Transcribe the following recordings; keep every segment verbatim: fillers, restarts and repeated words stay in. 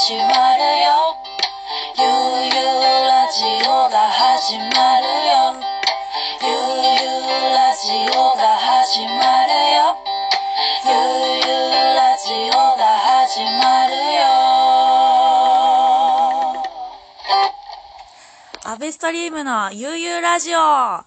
始まるよ。ゆうゆうラジオが始まるよ。ゆうゆうラジオが始まるよ。ゆうゆうラジオが始まるよ。アベストリームのゆうゆうラジオ。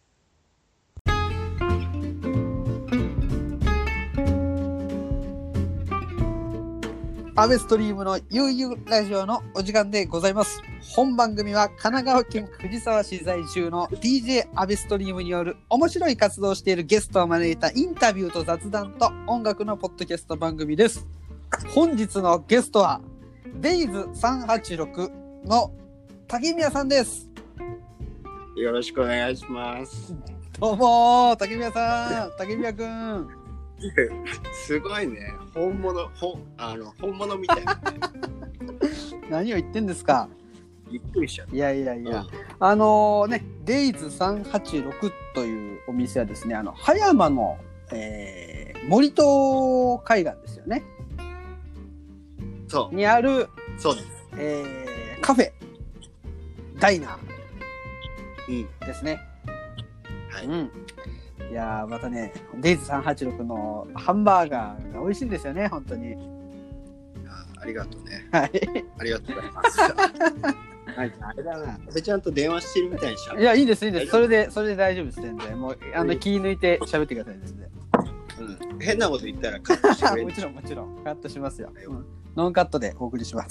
アベストリームのゆうゆうラジオのお時間でございます。本番組は神奈川県藤沢市在住の ディージェー アベストリームによる面白い活動をしているゲストを招いたインタビューと雑談と音楽のポッドキャスト番組です。本日のゲストはデイズさんはちろくの竹宮さんです。 よろしくお願いします。 どうも竹宮さん、竹宮くんすごいね、本物、ほあの本物みたいな、ね、 何を言ってんですか。 びっくりしちゃった。 いやいやいや、 うん、 あのね、デイズさんはちろくというお店はですね、あの葉山の、えー、森戸海岸ですよね。 そうにある、 そうです、 えー、カフェダイナーですね。 うん、はい。 うん、いやーまたね、デイズさんはちろくのハンバーガーが美味しいんですよね、本当に。 あ, ありがとうね。 はい。 ありがとうございます。あれだな、阿部ちゃんと電話してるみたいにしゃべる。 いや、いいです、いいです。それで、それで大丈夫です、全然。もう、あの、気抜いて喋ってください、全然。 うん。変なこと言ったらカットしてくれる。 もちろん、もちろん。カットしますよ。うん、ノンカットでお送りします。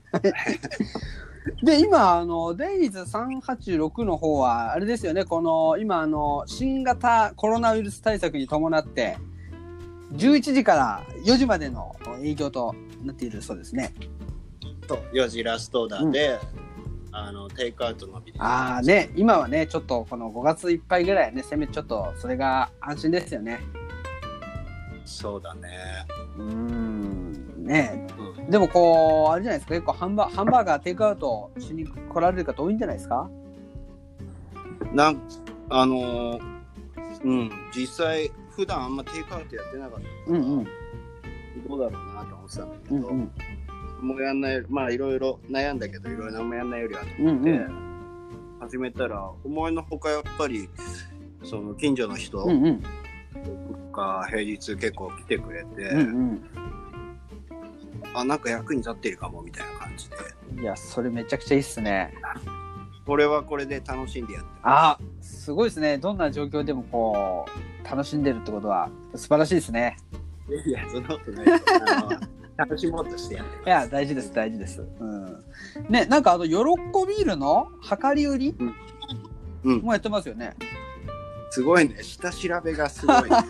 で、今、あの、デイズさんはちろくの方は、あれですよね、この、今、あの、新型コロナウイルス対策に伴って、じゅういちじからよじまでの営業となっているそうですね。 そう、よじラストオーダーで、うん、あの、テイクアウトのみで。 ああね、今はね、ちょっとこのごがついっぱいぐらいね、せめてちょっと、それが安心ですよね。 そうだね。 うーん、ね、うん、でもこう、あれじゃないですか、結構ハンバ、ハンバーガーテイクアウトしに来られる方多いんじゃないですか。 なんあのー、うん、実際、普段あんまテイクアウトやってなかったから、うんうん、どうだろうなと思ってたんだけど、うんうん、もうやんない、まあいろいろ悩んだけど、いろいろ何もやんないよりはと思って、うんうん、始めたら、思いのほかやっぱり、その近所の人、うんうんが平日結構来てくれて、うんうん、あ、なんか役に立ってるかもみたいな感じで。 いや、それめちゃくちゃいいっすね。 これはこれで楽しんでやってます。 あ、すごいですね。どんな状況でもこう楽しんでるってことは素晴らしいですね。 いや、そんなことないです。あの楽しもうとしてやってます。 いや、大事です、大事です。うん、ね、なんかあのヨロッコビールの量り売り、うん、もうやってますよね。 すごいね、下調べがすごい、ね、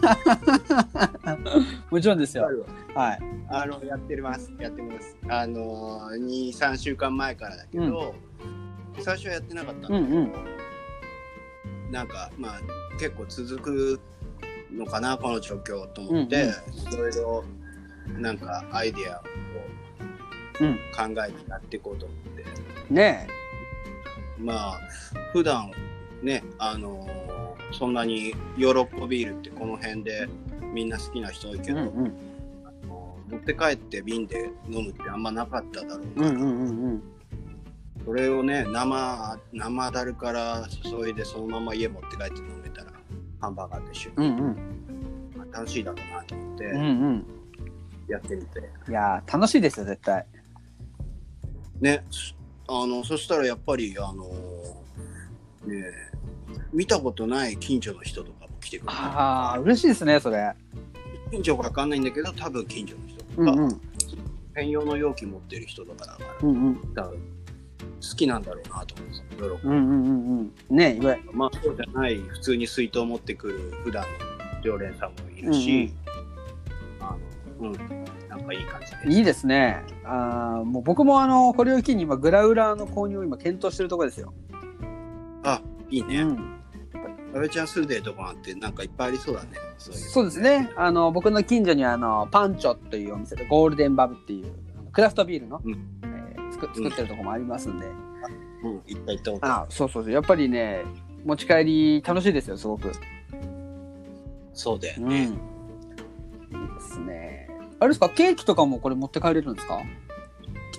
もちろんですよ。はい。 あのやってます、やってます。あのに、さんしゅうかんまえからだけど、うん、最初はやってなかったんだけど、うんうん、なんかまあ結構続くのかなこの状況と思って、いろいろなんかアイディアを考えてやっていこうと思って、 うん、ねえ、まあ普段ね、あのそんなにヨーロッパビールってこの辺でみんな好きな人多いけど、うんうん、あの持って帰って瓶で飲むってあんまなかっただろうから、うんうんうんうん、それをね、生生だるから注いでそのまま家持って帰って飲めたらハンバーガーと一緒に、うんうん、まあ、楽しいだろうなと思ってやってみて、うんうん、 いや楽しいですよ絶対ね。あのそしたらやっぱりあのね、見たことない近所の人とかも来てくれる。 ああ、嬉しいですね、それ。 近所かわかんないんだけど、多分近所の人とか、うんうん、専用の容器持ってる人とかだから、うんうん、多分好きなんだろうなと思ってた。喜ぶ。うんうんうんうん。ね、いわゆるまあそうじゃない、普通に水筒持ってくる普段の常連さんもいるし、うんうん、あの、うん、なんかいい感じです。 いいですね。あ、もう僕もあのこれを機に今グラウラーの購入を今検討してるところですよ。 あ、いいね。うん、阿部ちゃん住んでるとこあってなんかいっぱいありそうだね。 そういう、そうですね。あの僕の近所にあのパンチョというお店でゴールデンバブっていうクラフトビールの、うん、えー、作, 作ってるとこもありますんで。 うん、行った行ったこと。 あ、そうそうそう。やっぱりね、持ち帰り楽しいですよ、すごく。 そうだよね。 うん、いいですね。あれですか、ケーキとかもこれ持って帰れるんですか？ ケ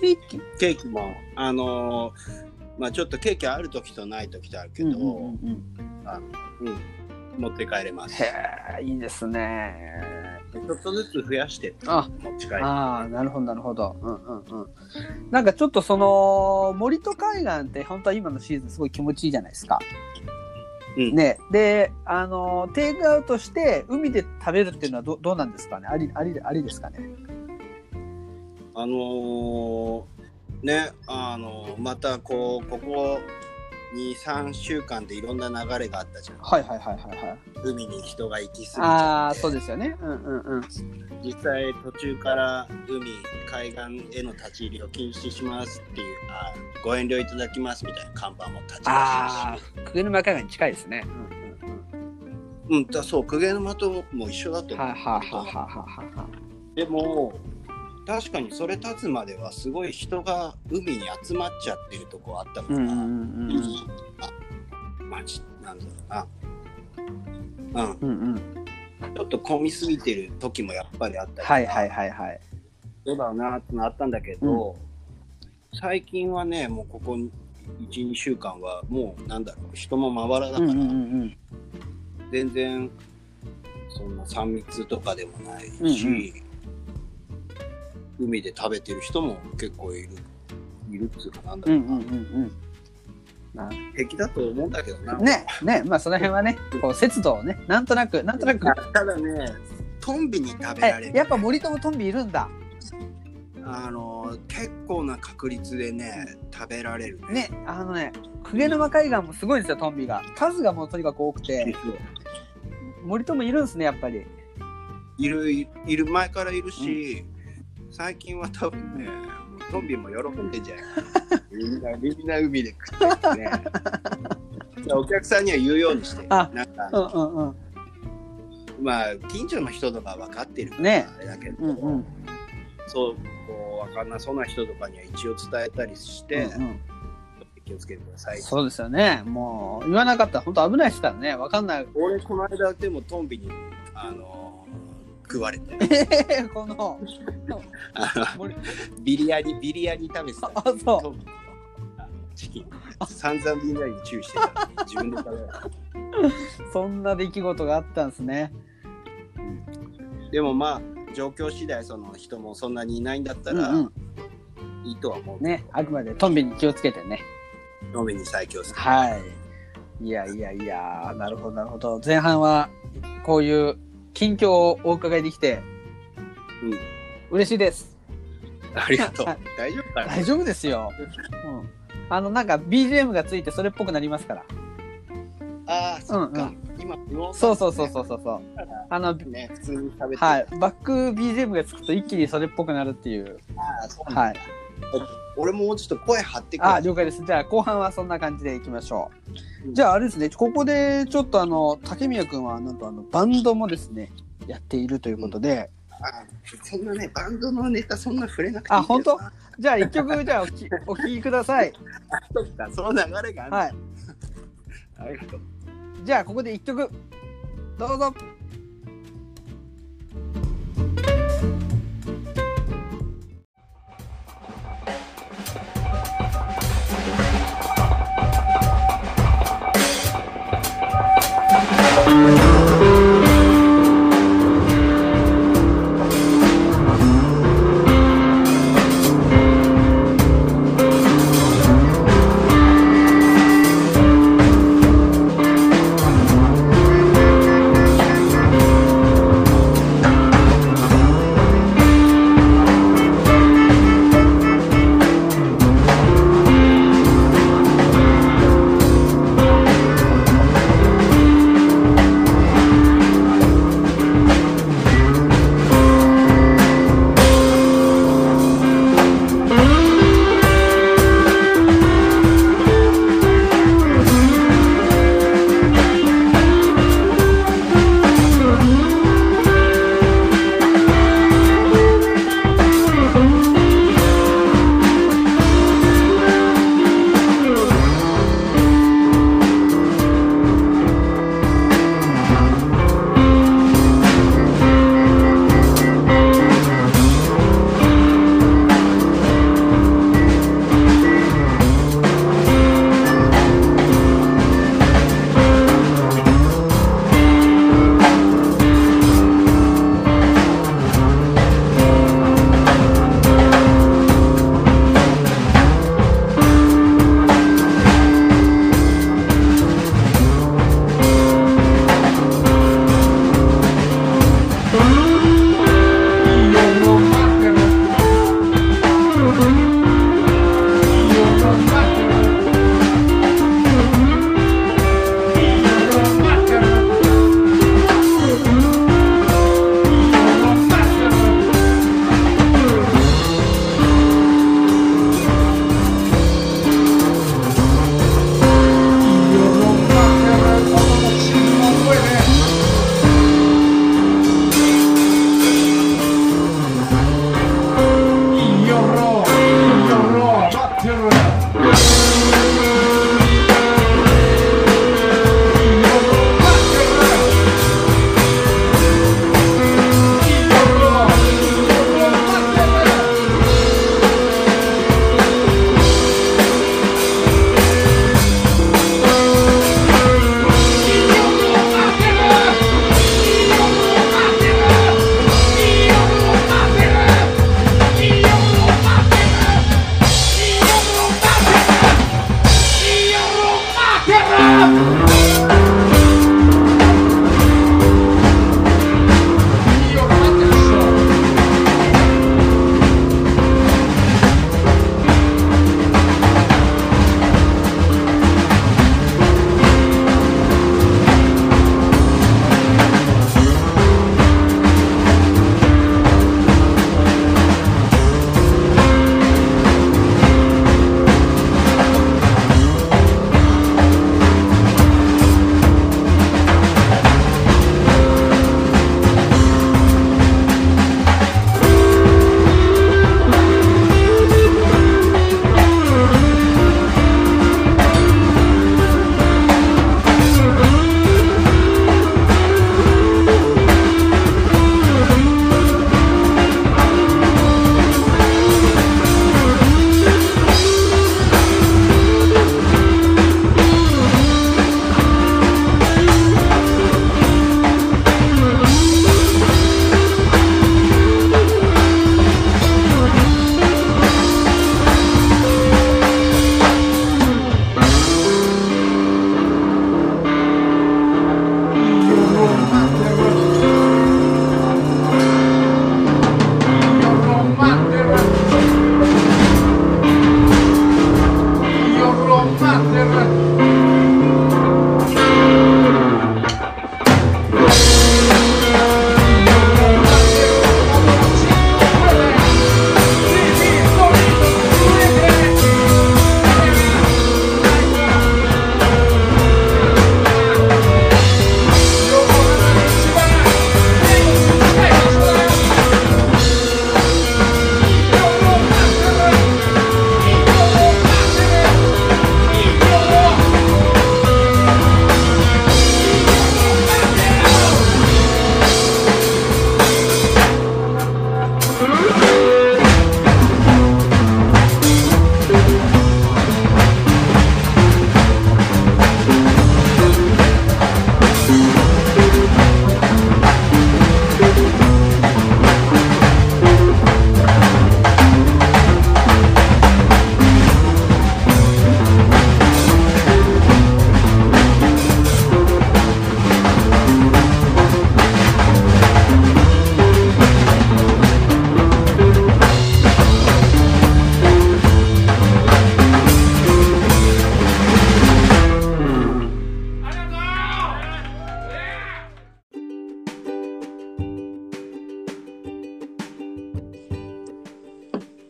ケーキケーキもあのー、まあちょっとケーキある時とない時とあるけど、うんうんうんあのうん、持って帰れます。 へえ、いいですね。 ちょっとずつ増やしてあ持ち帰る。 ああ、なるほどなるほど。うんうんうん。なんかちょっとその森戸海岸って本当は今のシーズンすごい気持ちいいじゃないですか。うん、ね、で、あのテイクアウトして海で食べるっていうのは ど, どうなんですかね。ありありありですかね。 あのー、ね、あのー、またこうここに、さんしゅうかんでいろんな流れがあったじゃん。 はいはいはいはいはい。 海に人が行き過ぎちゃって。 ああ、そうですよね。うんうんうん。 実際途中から海、海岸への立ち入りを禁止しますっていう、あご遠慮いただきますみたいな看板も立ちましたし。ああ、鵠沼海岸に近いですね。 うんうんうん。うん、だそう鵠沼とも一緒だと思う。ははははは。でも確かにそれ立つまではすごい人が海に集まっちゃってるとこあったから、うんうんうん、あ、マジなんだろうな、うんうんうん、ちょっと混みすぎてる時もやっぱりあったりとか、はいはいはいはい、そうだなってのあったんだけど、うん、最近はねもうここいち、にしゅうかんはもうなんだろう人もまばらだから、うんうんうん、全然そんなさん密とかでもないし、うんうん海で食べてる人も結構いるいるっつうかなんだろうな、うんうんうんうん、平気だと思うんだけどなねねまあその辺はねこう節度をねなんとなくなんとなくただねトンビに食べられるやっぱ森友トンビいるんだあの結構な確率でね食べられるねねあのね鵠沼海岸もすごいんですよトンビが数がもうとにかく多くて森友いるんですねやっぱりいるいる前からいるし、うん最近は多分ね、トンビも喜んでんじゃないみんな、みんな海で食ってね。お客さんには言うようにして、なんか、うんうんうん、まあ、近所の人とか分かってるからあれだけど、ねうんうん、そう、こう、分かんなそうな人とかには一応伝えたりして、うんうん、気をつけてください。 そうですよね。もう、言わなかったら本当危ないですからね。分かんない。 俺、この間でもトンビに、あの、食われてえー、このビリヤニビリヤニ食べてたあそうチキン散々ビリヤニ注意してた自分で食べられたそんな出来事があったんですね、 うん、でもまあ状況次第その人もそんなにいないんだったら、うんうん、いいとは思うねあくまでトンビに気をつけてねトンビに再気をつけてはいいやいやいやなるほどなるほど前半はこういう近況をお伺いできて、うん、嬉しいです。 ありがとう。大丈夫かな？ 大丈夫ですよ。うん、あのなんか ビージーエム がついてそれっぽくなりますから。 ああ、そっか。うんうん、今、ね、 そうそうそうそうそうそう。あのね普通に食べて、 はい、バック ビージーエム がつくと一気にそれっぽくなるっていう。 ああ、そうなんだ。はい。俺ももうちょっと声張ってくる。 あ、了解です。じゃあ後半はそんな感じでいきましょう。うん、じゃああれですね、ここでちょっとあの竹宮くんはなんとあのバンドもですねやっているということで、 うん、あそんなねバンドのネタそんな触れなくていいですか。 あ、本当？じゃあ一曲じゃあおきお聴きください。 あ、そっか、その流れがある。 はい。 ありがとう。 じゃあここで一曲どうぞ。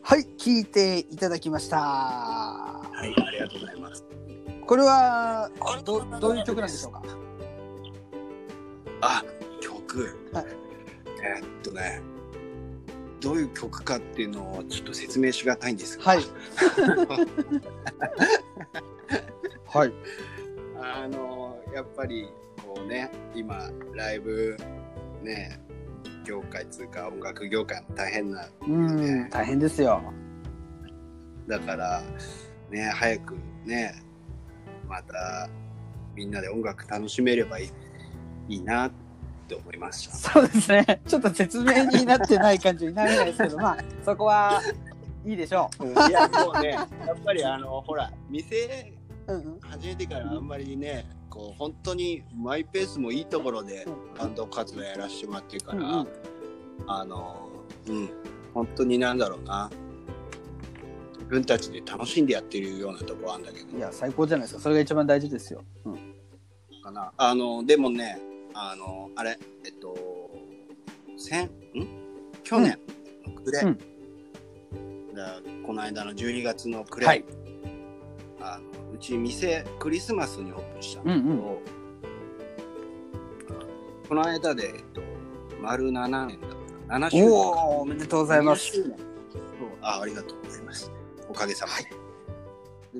はい、聞いていただきました。 はい、ありがとうございます。 これは ど, どういう曲なんでしょうか？ あ、曲、 はい、 えー、っとねどういう曲かっていうのをちょっと説明しがたいんですが、 はいはい、 あのやっぱりこうね、今ライブね業界つうか音楽業界も大変な、ね、 うん大変ですよ。 だからね、早くねまたみんなで音楽楽しめればいい、いいなって思いました。 そうですね、ちょっと説明になってない感じにならないですけどまあそこはいいでしょう、 うん、いやもうねやっぱりあのほら店始めてからあんまりね、こう本当にマイペースもいいところでバンド活動やらせてもらってるから、うんうん、あのうん本当になんだろうな、自分たちで楽しんでやってるようなとこあるんだけど、 いや最高じゃないですか。それが一番大事ですよ、うん、 かな。あのでもね、あのあれえっと先ん去年の暮れ、うん、だこの間のじゅうにがつの暮れ、はい、あのうち店クリスマスにオープンしたんだけど、うんうん、この間で、えっと、丸ななねんだからななしゅうねん。 おおめでとうございます。 あありがとうございます。おかげさまで、はい、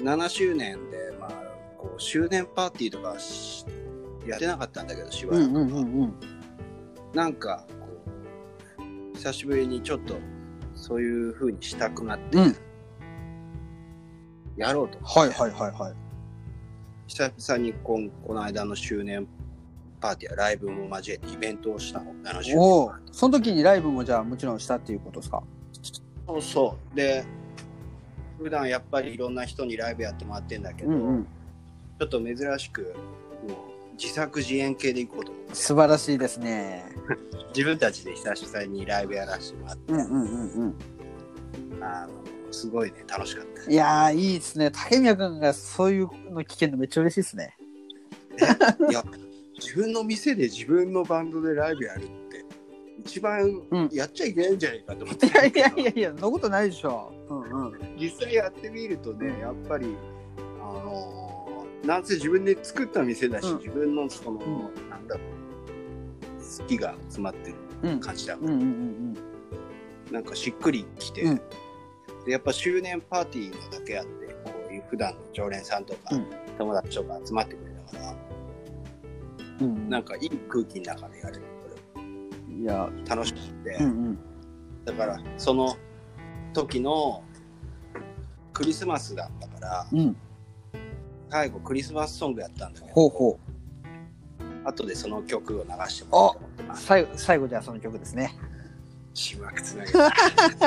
ななしゅうねんで、まあ、こう周年パーティーとかやってなかったんだけどしばらく、うんうんうんうん、なんかこう久しぶりにちょっとそういう風にしたくなって、うん、やろうと思って、 はいはいはいはい、 久々にこんこの間の周年パーティーやライブも交えてイベントをしたの。ななしゅうねんおその時にライブもじゃあもちろんしたっていうことですか？ そうそうで普段やっぱりいろんな人にライブやってもらってんだけど、うんうん、ちょっと珍しくもう自作自演系でいこうと思って。 素晴らしいですね自分たちで久々にライブやらせてもらって、うんうんうんうん、あのすごいね楽しかった。 いやーいいですね。竹宮君がそういうの聞けるのめっちゃ嬉しいですね。 いや自分の店で自分のバンドでライブやるって一番やっちゃいけないんじゃないかと思って、うん、いやいやいやいやそんなことないでしょ、うんうん、 実際やってみるとねやっぱりあのー、なんせ自分で作った店だし、うん、自分のその、うん、なんだろう好きが詰まってる感じだから、うんうんうんうん、なんかしっくりきて、うん、でやっぱ周年パーティーのだけあってこういう普段の常連さんとか、うん、友達とか集まってくれたから、うん、なんかいい空気の中でやれるいや楽しくて、うんうん、だからその時のクリスマスだったから、うん、最後クリスマスソングやったんだけど、ほうほう後でその曲を流してもらおうと思ってます。 最後、最後じゃあその曲ですね。 しばくつなげた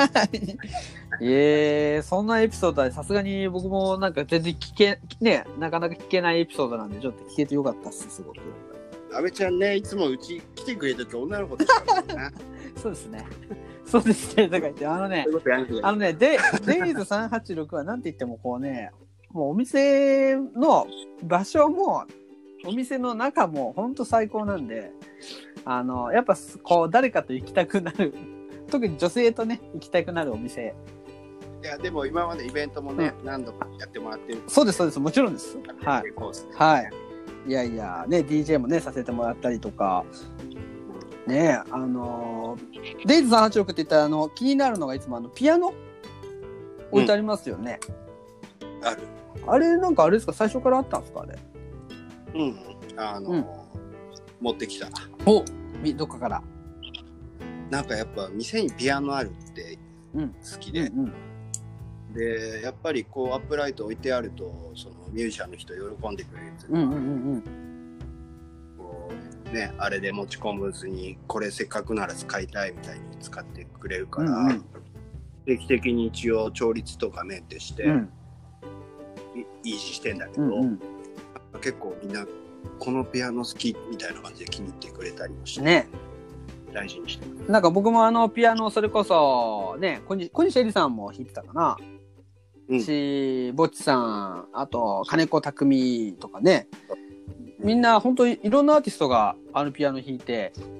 えー、そんなエピソードはさすがに僕もなんか全然聞けねなかなか聞けないエピソードなんでちょっと聞けてよかったっす。すごく阿部ちゃんねいつもうち来てくれるとき女の子でしたからねそうですねそうですねだから言ってあのねあのねデイズさんはちろくはなんて言ってもこうねもうお店の場所もお店の中もほんと最高なんであのやっぱこう誰かと行きたくなる特に女性とね行きたくなるお店。 いやでも今までイベントもね、うん、何度かやってもらってる。 そうですそうですもちろんです。はい、はい、いやいやね ディージェー もねさせてもらったりとかねあのデイズさんはちろくって言ったらあの気になるのがいつもあのピアノ置いてありますよね、 うん、あるあれなんかあれですか最初からあったんですかあれ。 うんあの、うん、持ってきた。 おどっかからなんかやっぱ店にピアノあるって好きで、うんうんうん、でやっぱりこうアップライト置いてあるとそのミュージシャンの人喜んでくれるっていうか、うんうんうん、こうねあれで持ち込むずにこれせっかくなら使いたいみたいに使ってくれるから、うんうん、定期的に一応調律とかメンテして、うん、維持してんだけど、うんうん、結構みんなこのピアノ好きみたいな感じで気に入ってくれたりもしてね大事にしてます。 なんか僕もあのピアノそれこそね小西えりさんも弾いてたかな、うん、しぼっちさんあと金子匠とかねみんな本当にいろんなアーティストがあのピアノ弾いて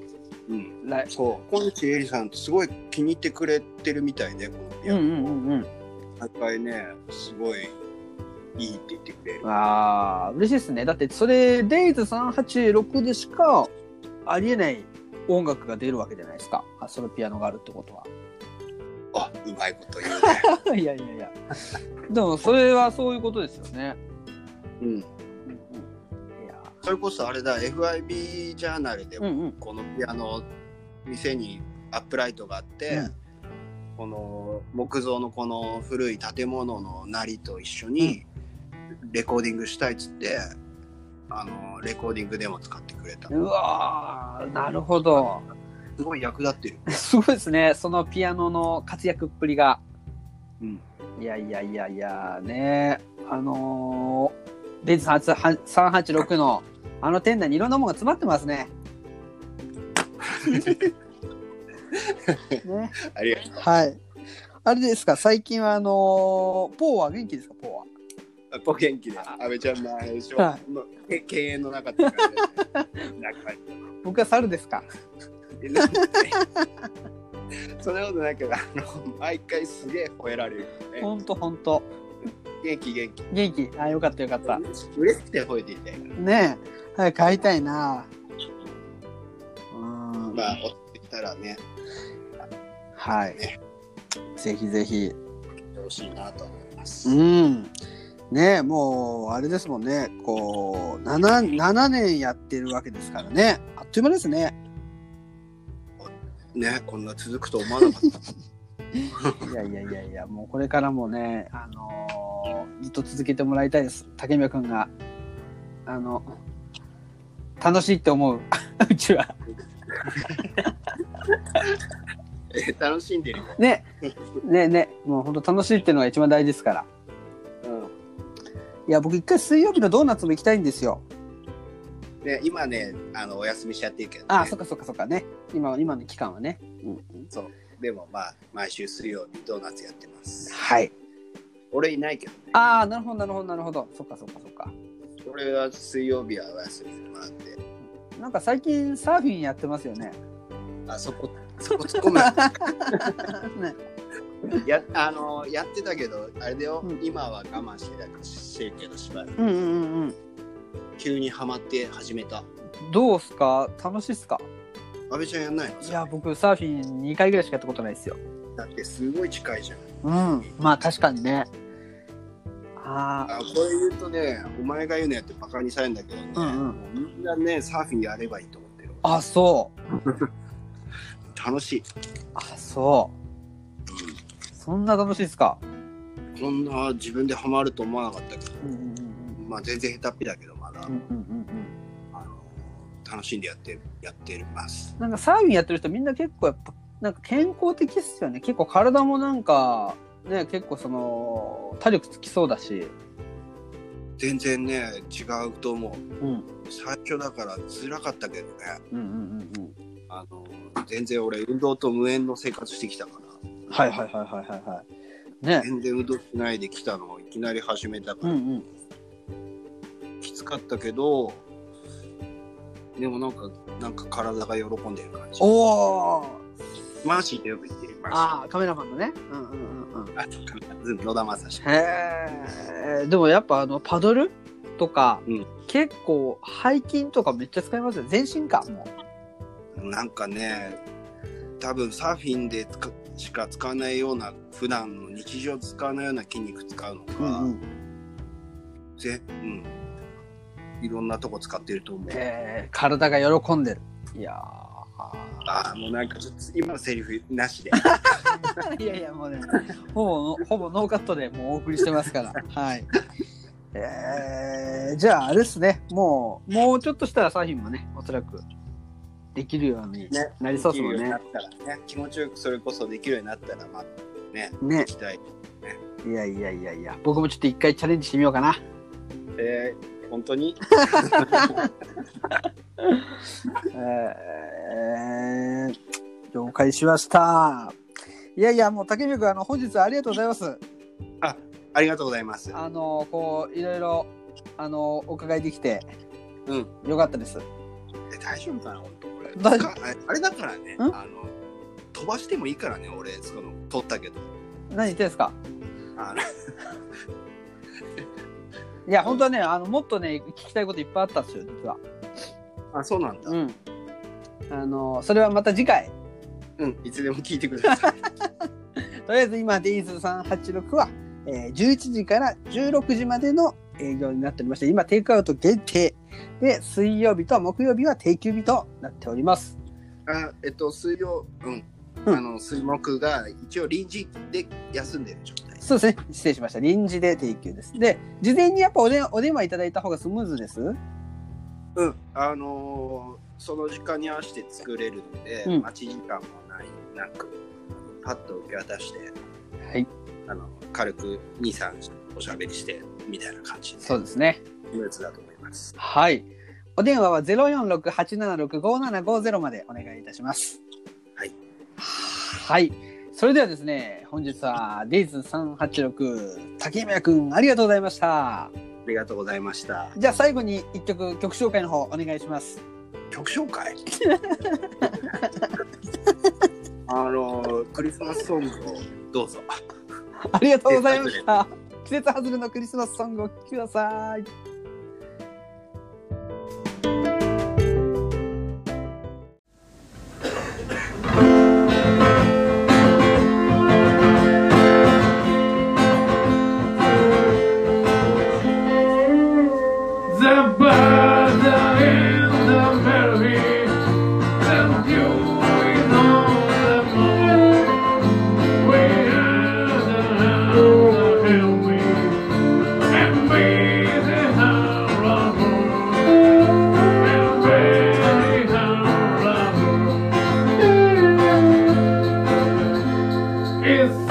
うん、 来そう小西絵里さんってすごい気に入ってくれてるみたいね、このピアノ。 うんうんうんうん。 毎回ねすごいいいって言ってくれる。 ああ嬉しいですね。だってそれデイズさんはちろくでしかありえない音楽が出るわけじゃないですか。あ、そのピアノがあるってことは。 あ、うまいこと言うね。 いやいやいや。でもそれはそういうことですよね。 うん。うんうん、いやそれこそあれだ エフアイビー ジャーナルでも、うんうん、このピアノ店にアップライトがあって、うん、この木造のこの古い建物の鳴りと一緒にレコーディングしたいっつって、あのレコーディングでも使ってくれた。 うわー、なるほど。 すごい役立ってる。 すごいですね、そのピアノの活躍っぷりが。 うん、 いやいやいやいやね、あのー、デイズさんはちろくのあの店内にいろんなものが詰まってますね。 ね、ありがとう。 はい。あれですか、最近はあのー、ポーは元気ですか、ポーは。 ポー元気で、阿部ちゃんのあれでしょ、はい、経営の中で、ね、 僕は猿ですか。 そんなことないけど、あの毎回すげえ吠えられる、ね。 ほんとほんと。 元気元気。 元気。あ、よかったよかった。 嬉しくて吠えていたいから。 ねえ、はい、買いたいな。 うん。まあ、追ってきたらね。 はい。ね、ぜひぜひ。 欲しいなと思います。 うん。ねえ、もうあれですもんね。こう 7, 7年やってるわけですからね。あっという間ですね。 ね、こんな続くと思わなかった。 いやいやいやいや、もうこれからもね、あのー、ずっと続けてもらいたいです。竹宮くんがあの楽しいって思ううちは。 え、楽しんでるよ。 ね、ねね、もう本当楽しいっていうのが一番大事ですから。うん。いや、僕一回水曜日のドーナツも行きたいんですよ。 ね、今ね、あのお休みしちゃってるけど、ね。 ああ、そっかそっかそっかね。今今の期間はね。 うん、そう。でもまあ毎週水曜日ドーナツやってます。 はい。 俺いないけどね。 ああ、なるほどなるほどなるほど。そっかそっかそっか。 俺は水曜日はお休みもらって。 なんか最近サーフィンやってますよね。 あ、そこそこ突っ込む。ね。やあのやってたけどあれだよ、うん、今は我慢してたしてるけどしばらく、うんうんうん、急にハマって始めた。 どうすか、楽しいっすか。 阿部ちゃんやんないの？ いや僕サーフィンにかいぐらいしかやったことないですよ。 だってすごい近いじゃん。 うん、まあ確かにね。ああ、これ言うとね、お前が言うのやってバカにされるんだけどね、うんうん、みんなねサーフィンやればいいと思ってる。 あ、そう楽しい。 あ、そう、うん、そんな楽しいですか。 こんな自分でハマると思わなかったけど、うんうんうん、まあ全然下手っぴだけどまだ、うんうんうんうん、あの楽しんでやってやってます。 なんかサーフィンやってる人みんな結構やっぱなんか健康的ですよね。結構体もなんかね、結構その体力つきそうだし。 全然ね違うと思う、うん、最初だから辛かったけどね、うんうんうんうん、あの全然俺運動と無縁の生活してきたから。 はいはいはいはいはいはいね、 全然運動しないで来たのをいきなり始めたから、うんうん、きつかったけどでもなんかなんか体が喜んでる感じ。 おー、 マーシーってよく言ってる。 ああ、カメラマンのね。うんうんうんうん。 あ、野田正史。 へえ。でもやっぱあのパドルとか、うん、結構背筋とかめっちゃ使いますよ。全身かもう。なんかね、多分サーフィンでしか使わないような普段の日常使わないような筋肉使うのか、うんうん、ぜ、うん、いろんなとこ使ってると思う。 へー、体が喜んでる。いやー。 あー、もうなんかちょっと今のセリフなしで。 いやいやもうね、ほぼほぼノーカットでもうお送りしてますから。はい。えー、じゃああれですね、もうもうちょっとしたらサーフィンもね、おそらくできるようになりそうですもんね。 できるようになったらね、気持ちよくそれこそできるようになったらまあね、 ね、 行きたい、 ね。いやいやいやいや、僕もちょっと一回チャレンジしてみようかな。 えー、本当に？ えー、了解しました。いやいや、もう竹宮君、あの本日はありがとうございます。 あ、ありがとうございます。 あのこういろいろあのお伺いできて、 うん、 よかったです。 え、大丈夫かな本当これ。 だかああれだからね、 んあの飛ばしてもいいからね、俺その撮ったけど。 何言ってんですか。 あのいや本当はね、あのもっとね聞きたいこといっぱいあったんですよ実は。 あ、そうなんだ。 うん。あのそれはまた次回。 うん、いつでも聞いてください。 とりあえず今デイズさんはちろくは、えー、じゅういちじからじゅうろくじまでの営業になっておりまして、今テイクアウト限定で水曜日と木曜日は定休日となっております。 あ、えっと水曜、うん、 うん、 あの水木が一応臨時で休んでる状態。 そうですね、失礼しました。臨時で定休です。で、事前にやっぱお電お電話いただいた方がスムーズです。 うん、あのー、その時間に合わせて作れるので、うん、待ち時間もないなくパッと受け渡して、 はい、 あの軽くに、さんおしゃべりしてみたいな感じで。 そうですね。 スムーズだと思います。 はい。お電話は ゼロよんろく はちななろく ごななごゼロ までお願いいたします。 はい。 はい。それではですね、本日はデイズさんはちろく竹宮くんありがとうございました。 ありがとうございました。 じゃあ最後に一曲曲紹介の方お願いします。 曲紹介あのクリスマスソングをどうぞ。 ありがとうございました。季節外れのクリスマスソングをお聴きください。 It's